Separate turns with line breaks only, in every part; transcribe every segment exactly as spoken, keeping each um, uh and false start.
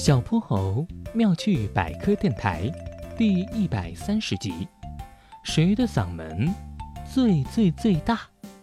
小泼猴妙趣百科电台第一百三十集，谁的嗓门最最最大？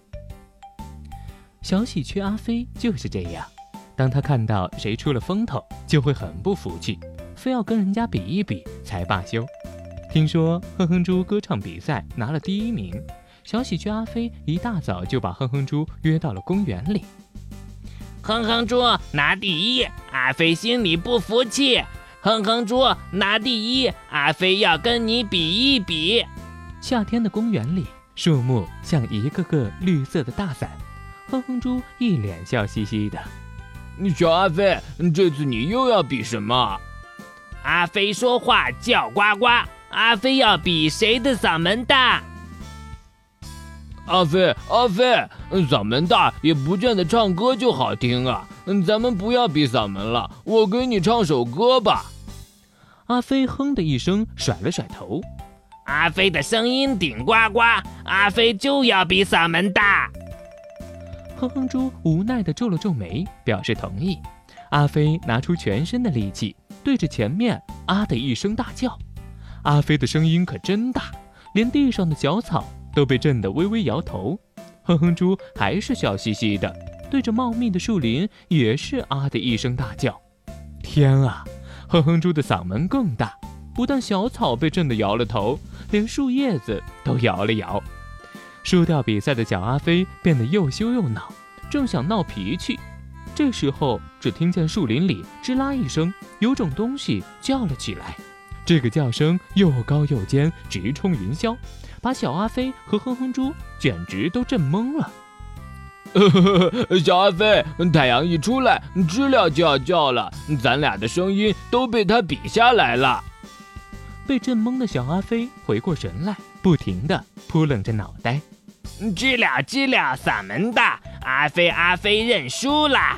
小喜鹊阿飞就是这样，当他看到谁出了风头，就会很不服气，非要跟人家比一比才罢休。听说哼哼猪歌唱比赛拿了第一名，小喜鹊阿飞一大早就把哼哼猪约到了公园里。
哼哼猪拿第一，阿飞心里不服气。哼哼猪拿第一，阿飞要跟你比一比。
夏天的公园里，树木像一个个绿色的大伞，哼哼猪一脸笑嘻嘻的。
小阿飞，这次你又要比什么？
阿飞说话叫呱呱，阿飞要比谁的嗓门大。
阿飞，阿飞，嗓门大也不见得唱歌就好听啊！咱们不要比嗓门了，我给你唱首歌吧。
阿飞哼的一声，甩了甩头。
阿飞的声音顶呱呱，阿飞就要比嗓门大。
哼哼猪无奈地皱了皱眉，表示同意。阿飞拿出全身的力气，对着前面啊的一声大叫。阿飞的声音可真大，连地上的小草都被震得微微摇头。哼哼猪还是笑嘻嘻的，对着茂密的树林也是啊的一声大叫。天啊，哼哼猪的嗓门更大，不但小草被震得摇了头，连树叶子都摇了摇。输掉比赛的小阿飞变得又羞又恼，正想闹脾气，这时候只听见树林里吱啦一声，有种东西叫了起来。这个叫声又高又尖，直冲云霄，把小阿飞和哼哼猪简直都震懵了。
小阿飞，太阳一出来，知了就要叫了，咱俩的声音都被他比下来了。
被震懵的小阿飞回过神来，不停地扑棱着脑袋。
知了知了嗓门大，阿飞阿飞认输啦。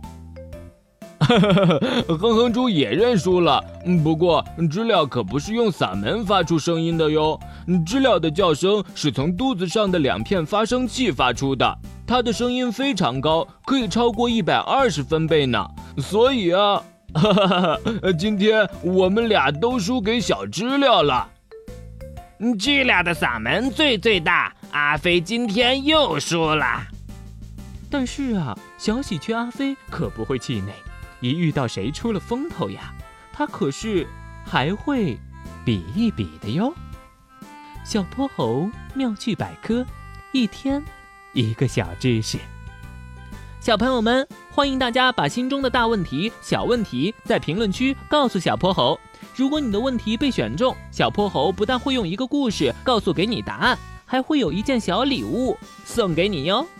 哼哼猪也认输了，不过知了可不是用嗓门发出声音的哟。知了的叫声是从肚子上的两片发声器发出的，它的声音非常高，可以超过一百二十分贝呢。所以啊，哈哈哈，今天我们俩都输给小知了了。
知了的嗓门最最大，阿飞今天又输了。
但是啊，小喜鹊阿飞可不会气馁，一遇到谁出了风头呀，他可是还会比一比的哟。小泼猴妙趣百科，一天一个小知识。小朋友们，欢迎大家把心中的大问题、小问题在评论区告诉小泼猴。如果你的问题被选中，小泼猴不但会用一个故事告诉给你答案，还会有一件小礼物送给你哟。